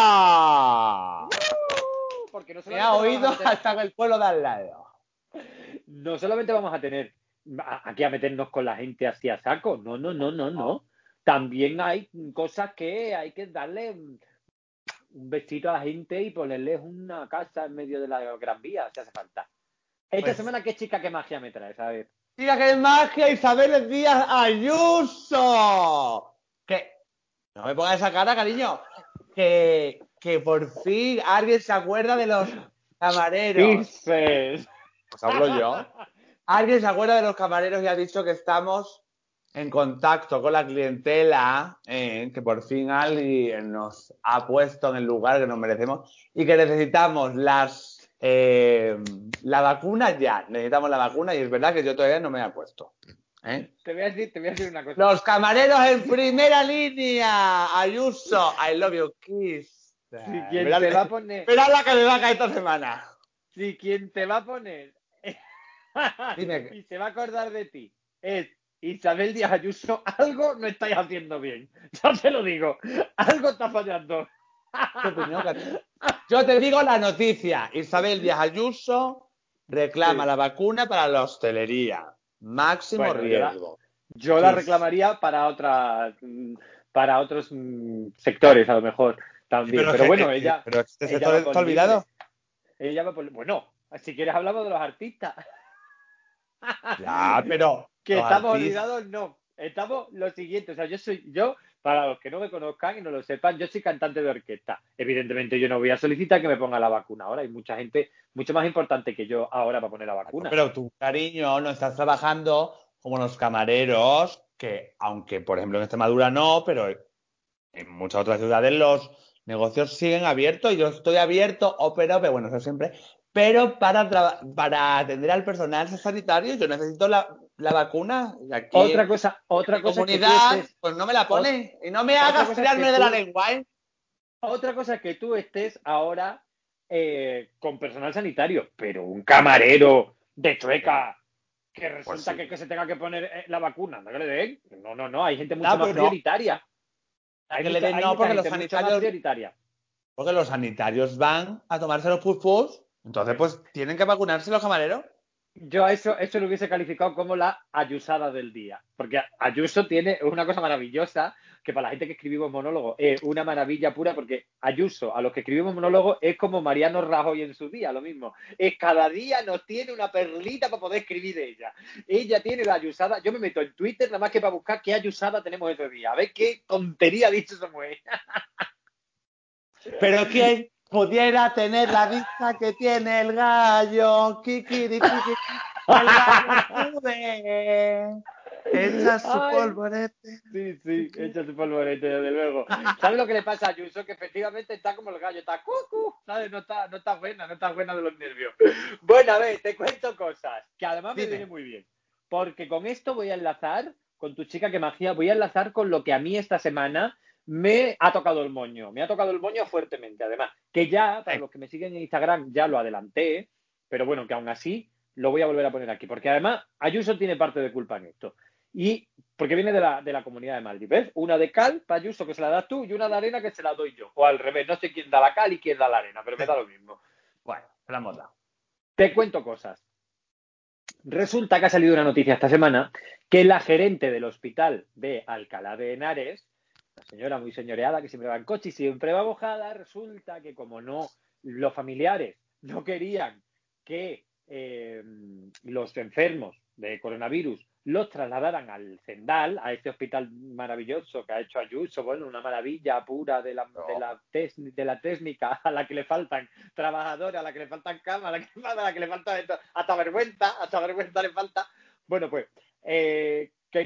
Porque no Me ha solamente nos vamos a oído meter hasta en el pueblo de al lado. no solamente vamos a tener aquí a meternos con la gente así a saco, no, no, no, no, no. También hay cosas que hay que darle un besito a la gente y ponerles una casa en medio de la Gran Vía, si hace falta. Esta Pues, semana, ¿qué chica, qué magia me traes? A ver. chica, qué magia, Isabel Díaz Ayuso. Que no me pongas esa cara, cariño. Que por fin alguien se acuerda de los camareros. ¡Dices! Pues hablo yo. Alguien se acuerda de los camareros y ha dicho que estamos en contacto con la clientela, que por fin alguien nos ha puesto en el lugar que nos merecemos y que necesitamos la vacuna ya. Necesitamos la vacuna y es verdad que yo todavía no me he puesto. ¿Eh? Te voy a decir una cosa. Los camareros en primera línea. Ayuso, I love you, kiss. Si quien te va a poner, Mirad la que me va a caer esta semana. si quien te va a poner Dime, y se va a acordar de ti es Isabel Díaz Ayuso, algo no estáis haciendo bien. Ya te lo digo, algo está fallando. ¿qué opinión, cariño? Yo te digo la noticia. Isabel Díaz Ayuso reclama Sí. la vacuna para la hostelería. Máximo Bueno, riesgo. yo la Kiss. reclamaría para otros sectores, a lo mejor también. Pero bueno, Pero este ella sector va por está olvidado. libre. Ella va por, bueno, si quieres hablamos de los artistas. Ya, pero Que los estamos artistas. olvidados, no. Estamos lo siguiente, o sea, yo, para los que no me conozcan y no lo sepan, yo soy cantante de orquesta. Evidentemente yo no voy a solicitar que me ponga la vacuna ahora. Hay mucha gente mucho más importante que yo ahora para poner la vacuna. Pero tu cariño, no estás trabajando como los camareros, que aunque por ejemplo en Extremadura no, pero en muchas otras ciudades los negocios siguen abiertos y yo estoy abierto, pero bueno, eso siempre. Pero para atender al personal sanitario yo necesito la vacuna y aquí en Otra mi cosa es que tú comunidad estés, pues no me la ot- pone y no me otra hagas cosa es que tirarme de la tú lengua, ¿eh? Otra cosa es que tú estés ahora con personal sanitario, pero un camarero de Ya, Chueca que pues resulta sí. que se tenga que poner la vacuna, no que le den. No, no, no, hay gente mucho Ya, más pero no, prioritaria. a que le den Hay no, mucha gente mucho más prioritaria. porque los sanitarios van a tomarse los pus, entonces pues tienen que vacunarse los camareros. Yo a eso lo hubiese calificado como la ayusada del día, porque Ayuso tiene una cosa maravillosa, que para la gente que escribimos monólogos es una maravilla pura, porque Ayuso, a los que escribimos monólogos, es como Mariano Rajoy en su día, lo mismo. Es cada día nos tiene una perlita para poder escribir de ella. Ella tiene la ayusada, yo me meto en Twitter nada más que para buscar qué ayusada tenemos ese día, a ver qué tontería ha dicho esa mujer. Pero ¿quién pudiera tener la vista que tiene el gallo? Kikiriki, el gallo pude. Echa su Ay, polvorete. sí, echa su polvorete, desde luego. ¿Sabes lo que le pasa a Ayuso? Que efectivamente está como el gallo, está cucu, ¿sabes? No está buena de los nervios. Bueno, a ver, te cuento cosas, que además me viene Dime. muy bien. Porque con esto voy a enlazar, con tu chica que magia, voy a enlazar con lo que a mí esta semana me ha tocado el moño. Me ha tocado el moño fuertemente, además. Que ya, para los que me siguen en Instagram, ya lo adelanté, pero bueno, que aún así lo voy a volver a poner aquí. Porque además Ayuso tiene parte de culpa en esto. Y porque viene de la comunidad de Madrid, ¿ves? Una de cal para Ayuso que se la das tú y una de arena que se la doy yo. O al revés, no sé quién da la cal y quién da la arena, pero me da lo mismo. Bueno, se la hemos dado. Te cuento cosas. Resulta que ha salido una noticia esta semana que la gerente del hospital de Alcalá de Henares, una señora muy señoreada que siempre va en coche y siempre va mojada, resulta que como no, los familiares no querían que los enfermos de coronavirus los trasladaran al Zendal, a este hospital maravilloso que ha hecho Ayuso, bueno, una maravilla pura No. de la técnica a la que le faltan trabajadores, a la que le faltan cámaras, a la que le falta hasta vergüenza le falta. Bueno, pues, que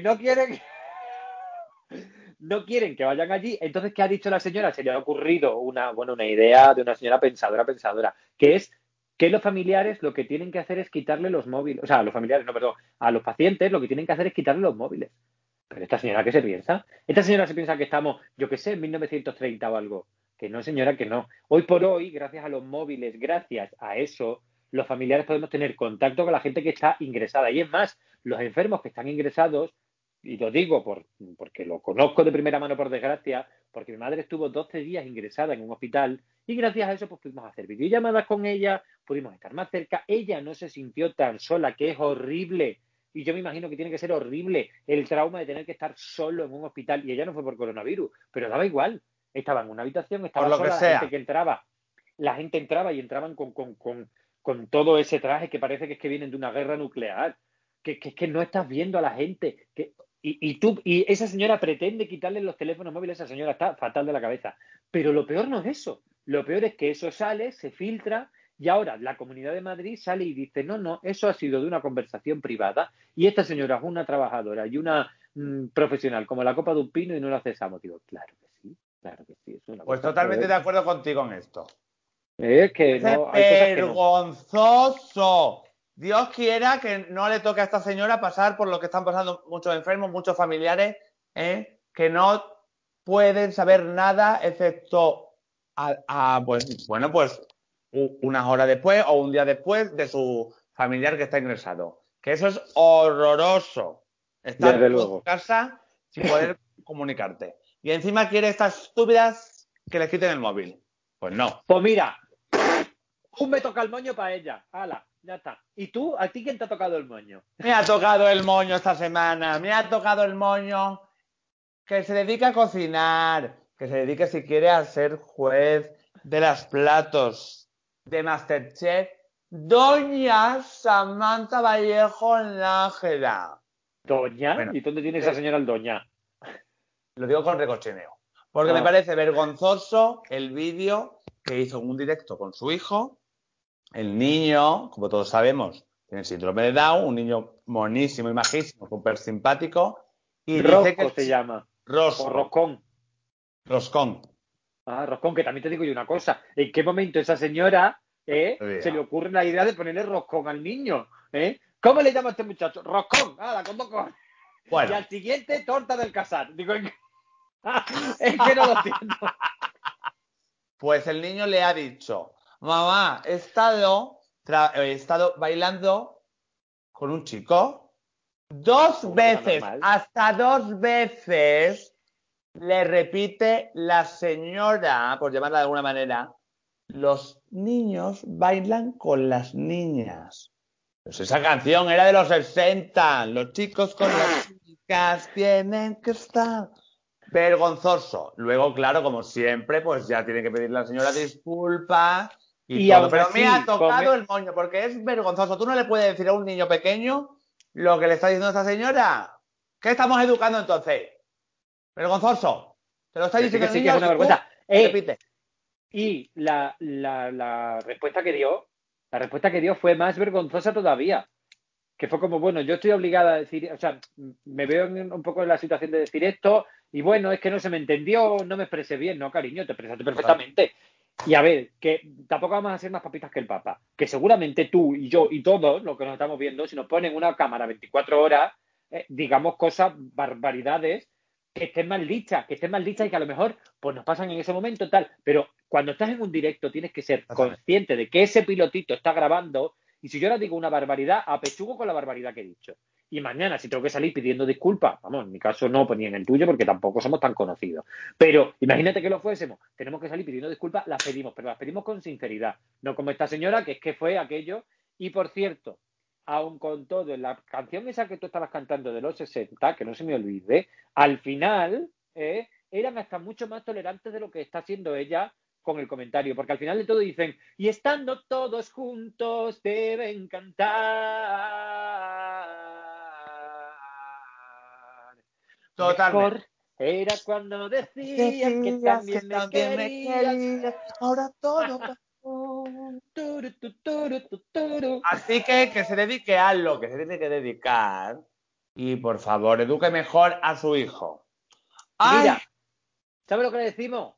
no quieren que vayan allí. Entonces, ¿qué ha dicho la señora? Se le ha ocurrido una idea de una señora pensadora, que es que los familiares lo que tienen que hacer es quitarle los móviles, o sea, a los familiares, no, perdón, a los pacientes lo que tienen que hacer es quitarle los móviles. Pero esta señora, ¿qué se piensa? Esta señora se piensa que estamos, yo qué sé, en 1930 o algo. Que no, señora, que no. Hoy por hoy, gracias a los móviles, gracias a eso, los familiares podemos tener contacto con la gente que está ingresada. Y es más, los enfermos que están ingresados, y lo digo porque lo conozco de primera mano por desgracia, porque mi madre estuvo 12 días ingresada en un hospital y gracias a eso pues pudimos hacer videollamadas con ella, pudimos estar más cerca, ella no se sintió tan sola, que es horrible. Y yo me imagino que tiene que ser horrible el trauma de tener que estar solo en un hospital. Y ella no fue por coronavirus, pero daba igual. Estaba en una habitación, Por estaba lo que sola, la gente sea. que entraba, la gente entraba y entraban con todo ese traje que parece que es que vienen de una guerra nuclear. Que no estás viendo a la gente. Y esa señora pretende quitarle los teléfonos móviles, esa señora está fatal de la cabeza. Pero lo peor no es eso. Lo peor es que eso sale, se filtra, y ahora la Comunidad de Madrid sale y dice, no, eso ha sido de una conversación privada y esta señora es una trabajadora y una profesional como la copa de un pino y no la cesamos. Digo, claro que sí, es una Pues cosa. totalmente de acuerdo contigo en esto. Es que Parece no, hay cosas que no. vergonzoso. Dios quiera que no le toque a esta señora pasar por lo que están pasando muchos enfermos, muchos familiares, que no pueden saber nada excepto pues, bueno, pues unas horas después o un día después de su familiar que está ingresado. Que eso es horroroso. Estar Desde tú en tu luego. casa sin poder comunicarte. Y encima quiere estas estúpidas que les quiten el móvil. Pues no. Pues mira, me toca el moño para ella. Hala, ya está. ¿Y tú? ¿A ti quién te ha tocado el moño? Me ha tocado el moño esta semana, me ha tocado el moño que se dedica a cocinar, que se dedique si quiere a ser juez de los platos de Masterchef, Doña Samantha Vallejo Nájera. ¿Doña? Bueno, ¿Y dónde tiene esa señora el doña? lo digo con recochineo, porque me Ah, parece vergonzoso el vídeo que hizo en un directo con su hijo. El niño, como todos sabemos, tiene síndrome de Down, un niño monísimo y majísimo, súper simpático, y dice que Rosco se llama. O Rosco, Roscón. Roscón, Roscón, que también te digo yo una cosa. ¿En qué momento esa señora se le diga. ocurre la idea de ponerle roscón al niño? ¿Cómo le llama a este muchacho? Roscón. Con dos cojones. Y Bueno, al siguiente, torta del casar. Digo, es que no lo entiendo. pues el niño le ha dicho, mamá, he estado bailando con un chico dos Una cosa veces, normal. hasta dos veces, le repite la señora, por llamarla de alguna manera, los niños bailan con las niñas. Pues esa canción era de los 60. Los chicos con las chicas tienen que estar. Vergonzoso. Luego, claro, como siempre, pues ya tiene que pedirle a la señora disculpas y Y todo. aún Pero me ha así, tocado el moño porque es vergonzoso. Tú no le puedes decir a un niño pequeño lo que le está diciendo esta señora. ¿Qué estamos educando entonces? Vergonzoso. Te lo está que sí diciendo que el sí que es niño una y tú vergüenza. repite. Y la respuesta que dio fue más vergonzosa todavía. que fue como, bueno, yo estoy obligada a decir, o sea, me veo un poco en la situación de decir esto y bueno, es que no se me entendió, no me expresé bien, no, cariño, te expresaste perfectamente. Y a ver, que tampoco vamos a ser más papitas que el Papa, que seguramente tú y yo y todos los que nos estamos viendo, si nos ponen una cámara 24 horas, digamos cosas, barbaridades, que estén mal dichas y que a lo mejor pues nos pasan en ese momento tal, pero cuando estás en un directo tienes que ser Exactamente. consciente de que ese pilotito está grabando y si yo ahora digo una barbaridad, apechugo con la barbaridad que he dicho. Y mañana, si tengo que salir pidiendo disculpas, vamos, en mi caso no, pues ni en el tuyo, porque tampoco somos tan conocidos. Pero imagínate que lo fuésemos, tenemos que salir pidiendo disculpas, las pedimos, pero las pedimos con sinceridad, no como esta señora, que es que fue aquello. Y por cierto, aun con todo, en la canción esa que tú estabas cantando de los 60, que no se me olvide, al final eran hasta mucho más tolerantes de lo que está haciendo ella con el comentario, porque al final de todo dicen, y estando todos juntos deben cantar. Totalmente. Mejor era cuando decías que Decías que también me también me querías. querías, ahora todo pasó. Turu, tu, turu, tu, turu. Así que se dedique a lo que se tiene que dedicar y por favor, eduque mejor a su hijo. ¡Ay! Mira, ¿sabes lo que le decimos?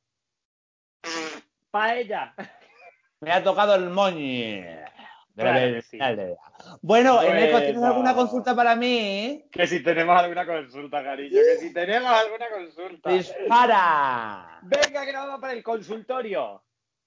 Paella. Me ha tocado el moñi. De la Claro que sí. verdad. Bueno, Eneco, ¿tienes alguna Bueno, consulta para mí? que si tenemos alguna consulta, cariño, que si tenemos alguna consulta. ¡Dispara! Venga, que nos vamos para el consultorio.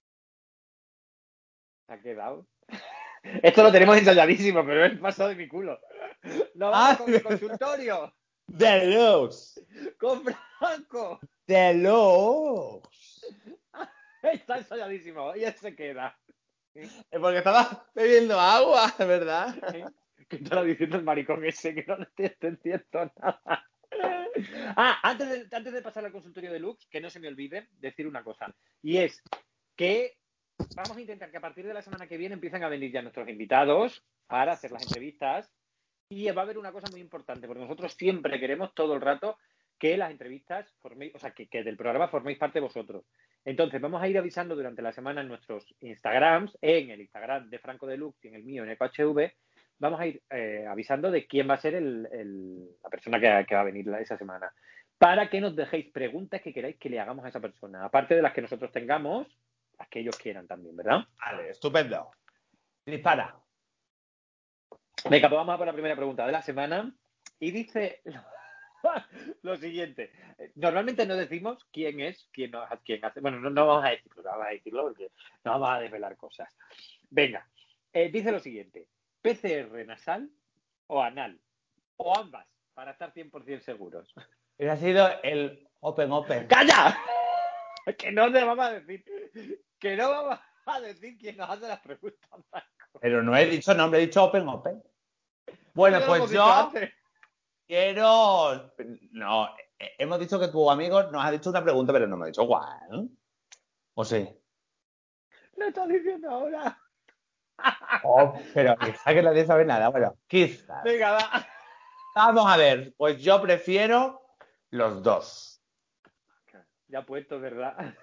¿Se ha quedado? Esto lo tenemos ensayadísimo, pero es pasado de mi culo. Nos vamos ¡Ay! con el consultorio. ¡Deluxe! Con Franco. ¡Deluxe! Está ensayadísimo. Y él se queda. Es porque estaba bebiendo agua, ¿verdad? ¿Qué estará diciendo el maricón ese que no le estoy entendiendo nada? Ah, antes de pasar al consultorio de Lux, que no se me olvide decir una cosa. Y es que vamos a intentar que a partir de la semana que viene empiecen a venir ya nuestros invitados para hacer las entrevistas. Y va a haber una cosa muy importante, porque nosotros siempre queremos todo el rato que las entrevistas forméis, o sea, que del programa forméis parte vosotros. Entonces, vamos a ir avisando durante la semana en nuestros Instagrams, en el Instagram de Franco Deluxe y en el mío, en EcoHV, vamos a ir avisando de quién va a ser la persona que va a venir esa semana. Para que nos dejéis preguntas que queráis que le hagamos a esa persona. Aparte de las que nosotros tengamos, las que ellos quieran también, ¿verdad? Vale, estupendo. Dispara. Venga, pues vamos a por la primera pregunta de la semana. Y dice lo siguiente. Normalmente no decimos quién es, quién hace. Bueno, no vamos a decirlo porque no vamos a desvelar cosas. Venga, dice lo siguiente. ¿PCR nasal o anal? O ambas, para estar 100% seguros. Ese ha sido el Open Open. ¡Calla! Que no te vamos a decir. Que no vamos a decir quién nos hace las preguntas, Marco. Pero no he dicho nombre, he dicho Open Open. Pero Bueno, ya lo hemos pues dicho yo antes. quiero. No, hemos dicho que tu amigo nos ha dicho una pregunta, pero no me ha dicho cuál. ¿O sí? Lo estás diciendo ahora. Oh, pero hija que nadie sabe nada. Bueno, quizás. Venga, va. Vamos a ver, pues yo prefiero los dos. Ya puesto, ¿verdad?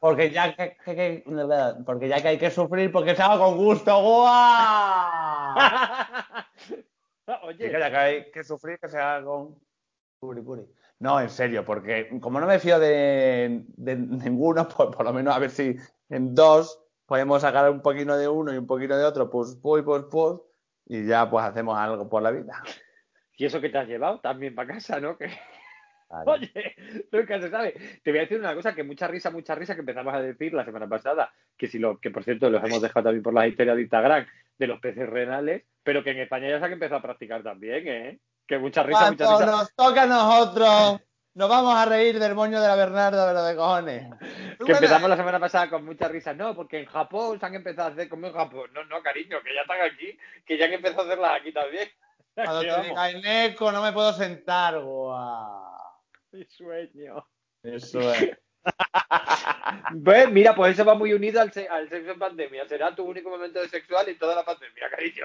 Porque ya que hay que sufrir, porque se haga con gusto. ¡Guau! Y que Oye, ya que hay que sufrir, que se haga con puri puri. No, en serio, porque como no me fío de ninguno, pues por lo menos a ver si en dos podemos sacar un poquito de uno y un poquito de otro, pues, y ya pues hacemos algo por la vida. ¿y eso que te has llevado también para casa, no? Que, Claro. oye, nunca se sabe. Te voy a decir una cosa que mucha risa que empezamos a decir la semana pasada, que por cierto los hemos dejado también por las historias de Instagram de los peces renales, pero que en España ya se han empezado a practicar también, ¿eh? Que mucha risa, mucha Cuando risa. nos toca a nosotros, nos vamos a reír del moño de la Bernarda, ¿verdad de cojones? Que empezamos la Súbeme. semana pasada con mucha risa. No, porque en Japón se han empezado a hacer como en Japón. No, no, cariño, que ya están aquí, que ya han empezado a hacerlas aquí también. Cuando Que te vamos, diga Eneco, no me puedo sentar. Guau. mi sueño. Eso es. Pues mira, pues eso va muy unido al sexo en pandemia. Será tu único momento de sexual y toda la pandemia, cariño.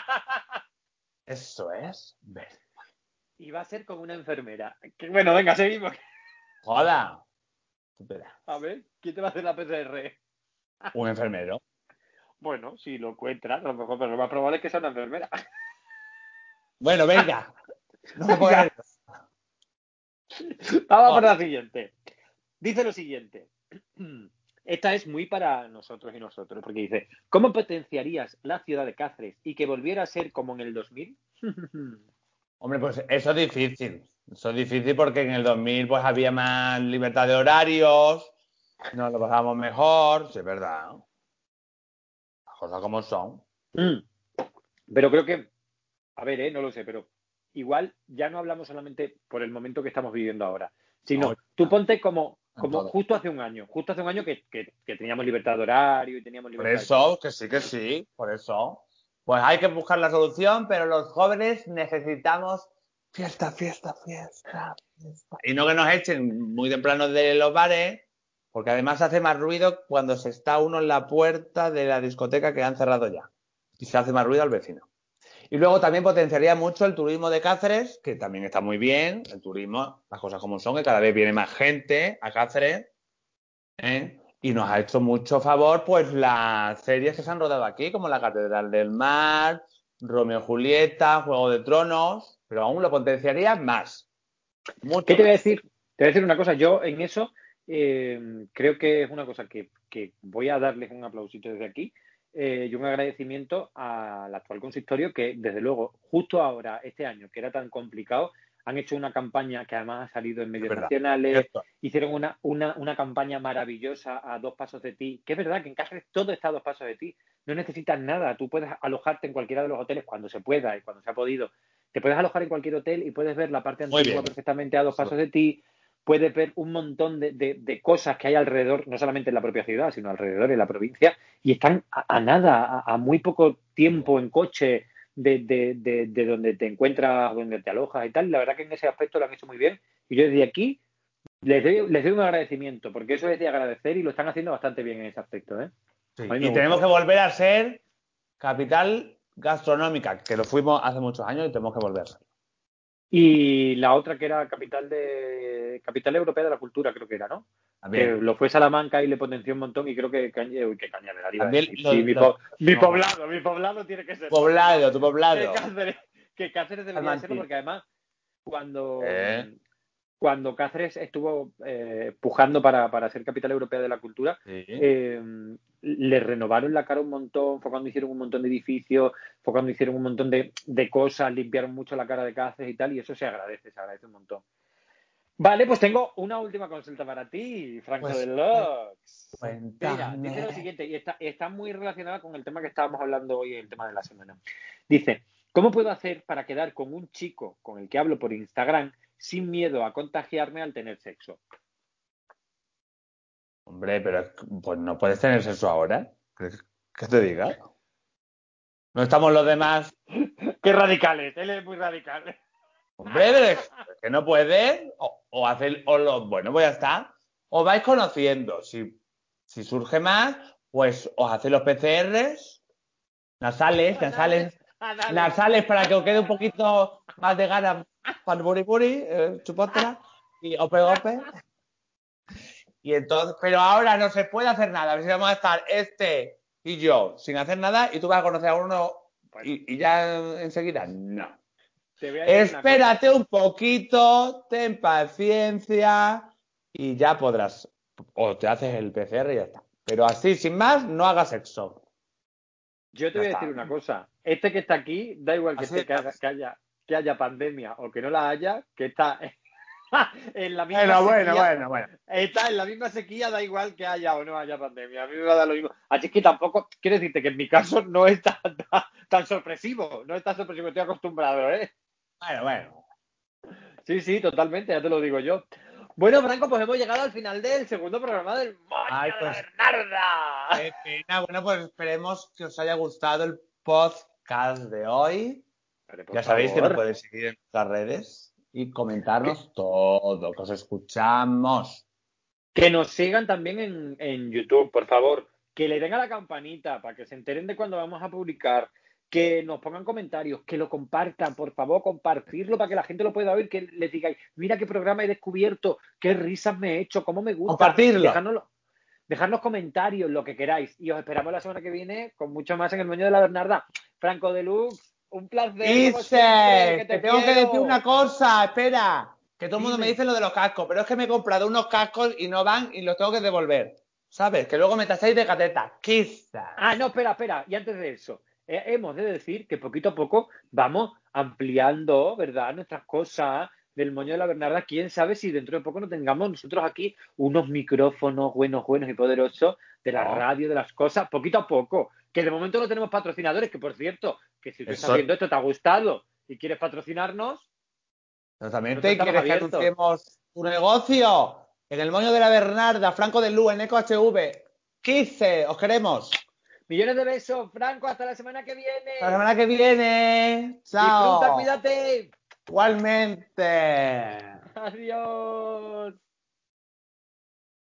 Eso es. ¿Ves? Y va a ser con una enfermera. Bueno, venga, seguimos. Joda. Espera. A ver, ¿quién te va a hacer la PCR? Un enfermero. Bueno, si lo encuentras, a lo mejor, pero lo más probable es que sea una enfermera. Bueno, venga. No me pongas nervioso. Vamos por la siguiente. Dice lo siguiente. Esta es muy para nosotros y nosotros, porque dice, ¿cómo potenciarías la ciudad de Cáceres y que volviera a ser como en el 2000? Hombre, pues eso es difícil. Eso es difícil porque en el 2000 pues había más libertad de horarios, nos lo pasábamos mejor, sí, es verdad. Las cosas como son. Pero creo que, a ver, no lo sé, pero igual ya no hablamos solamente por el momento que estamos viviendo ahora, No, sino tú ponte como en todo. justo hace un año que teníamos libertad de horario y teníamos Por libertad de todo. eso, que sí, por eso. Pues hay que buscar la solución, pero los jóvenes necesitamos fiesta, fiesta, fiesta, fiesta. Y no que nos echen muy temprano de los bares, porque además hace más ruido cuando se está uno en la puerta de la discoteca que han cerrado ya. Y se hace más ruido al vecino. Y luego también potenciaría mucho el turismo de Cáceres, que también está muy bien, el turismo, las cosas como son, que cada vez viene más gente a Cáceres, ¿eh? Y nos ha hecho mucho favor, pues, las series que se han rodado aquí, como La Catedral del Mar, Romeo y Julieta, Juego de Tronos, pero aún lo potenciaría más, ¿Qué mucho te voy a más. decir? Te voy a decir una cosa, yo en eso creo que es una cosa que voy a darles un aplausito desde aquí y un agradecimiento al actual consistorio que, desde luego, justo ahora, este año, que era tan complicado, han hecho una campaña que además ha salido en Es medios verdad, nacionales, cierto. hicieron una campaña maravillosa a 2 pasos de ti, que es verdad que en Cáceres todo está a 2 pasos de ti, no necesitas nada, tú puedes alojarte en cualquiera de los hoteles cuando se pueda y cuando se ha podido. Te puedes alojar en cualquier hotel y puedes ver la parte Muy antigua bien. perfectamente a 2 pasos de ti, puedes ver un montón de cosas que hay alrededor, no solamente en la propia ciudad, sino alrededor en la provincia, y están a nada, a muy poco tiempo en coche de donde te encuentras, donde te alojas y tal. La verdad que en ese aspecto lo han hecho muy bien. Y yo desde aquí les doy un agradecimiento, porque eso es de agradecer y lo están haciendo bastante bien en ese aspecto, ¿eh? A Sí. mí me Y gusta. tenemos que volver a ser capital gastronómica, que lo fuimos hace muchos años y tenemos que volver a ser. Y la otra que era capital europea de la cultura, creo que era, ¿no? Que También. lo fue Salamanca y le potenció un montón y creo que Cañaveral iba a También decir. Sí, mi poblado tiene que serlo, que no, tu que poblado. Cáceres, que Cáceres debería de serlo Almantín. porque además cuando, ¿Eh? cuando Cáceres estuvo pujando para ser capital europea de la cultura, Sí. eh, le renovaron la cara un montón, fue cuando hicieron un montón de edificios, fue cuando hicieron un montón de cosas, limpiaron mucho la cara de Cáceres y tal, y eso se agradece un montón. Vale, pues tengo una última consulta para ti, Franco de Pues Lux. Mira, dice lo cuéntame. siguiente, y está muy relacionada con el tema que estábamos hablando hoy, el tema de la semana. Dice, ¿cómo puedo hacer para quedar con un chico con el que hablo por Instagram sin miedo a contagiarme al tener sexo? Hombre, pero pues no puedes tener sexo ahora. ¿Qué te diga? No estamos los demás. ¡Qué radicales! Él es muy radical. Hombre, pero es que no puedes. O hacer, bueno, pues ya está. Os vais conociendo. Si surge más, pues os hacéis los PCRs, nasales, Anales, nasales, anales. nasales para que os quede un poquito más de ganas para el buri buri, chupótela, y ope ope. Y entonces, pero ahora no se puede hacer nada. A ver si vamos a estar este y yo sin hacer nada y tú vas a conocer a uno Pues y ya enseguida. No. te voy a decir una cosa. Espérate un poquito, ten paciencia y ya podrás. O te haces el PCR y ya está. Pero así, sin más, no hagas sexo. Yo te Ya voy a decir está. una cosa. Este que está aquí, da igual que, Así esté, de que, fácil. haga- que haya pandemia o que no la haya, que está en la misma Bueno, sequía. bueno, bueno. Está en la misma sequía, da igual que haya o no haya pandemia. A mí me va a dar lo mismo. Así que tampoco, quiero decirte que en mi caso no es tan sorpresivo. No es tan sorpresivo, estoy acostumbrado, ¿eh? Bueno, bueno. Sí, sí, totalmente, ya te lo digo yo. Bueno, Franco, pues hemos llegado al final del segundo programa del Ay, Moño de la pues Bernarda. qué pena. Bueno, pues esperemos que os haya gustado el podcast de hoy. Vale, por Ya sabéis que nos favor. podéis seguir en nuestras redes y Que, comentarnos todo, que os escuchamos. que nos sigan también en YouTube, por favor. Que le den a la campanita para que se enteren de cuando vamos a publicar. Que nos pongan comentarios, que lo compartan, por favor, compartirlo para que la gente lo pueda oír, que les digáis, mira qué programa he descubierto, qué risas me he hecho, cómo me gusta, Compartirlo. dejadnos comentarios, lo que queráis. Y os esperamos la semana que viene con mucho más en el Moño de la Bernarda. Franco Deluxe, Un placer, como siempre, Dice, que que te tengo que quiero. decir una cosa, espera. Que todo el mundo me Dime. dice lo de los cascos, pero es que me he comprado unos cascos y no van y los tengo que devolver. ¿Sabes? Que luego me tacháis de cateta. Quizás. Ah, no, espera. Y antes de eso, hemos de decir que poquito a poco vamos ampliando, ¿verdad? Nuestras cosas del moño de la Bernarda. Quién sabe si dentro de poco no tengamos nosotros aquí unos micrófonos buenos y poderosos de la ¿No? radio, de las cosas, poquito a poco. Que de momento no tenemos patrocinadores, que por cierto, que si tú estás Eso. viendo esto, te ha gustado y quieres patrocinarnos, nosotros Exactamente. estamos ¿Quieres que abiertos. anunciemos tu negocio? En el moño de la Bernarda, Franco de Luz, en Eco HV. 15, os queremos. Millones de besos, Franco, hasta la semana que Hasta la viene. semana que viene. Disfruta, Chao. cuídate. Igualmente. Adiós.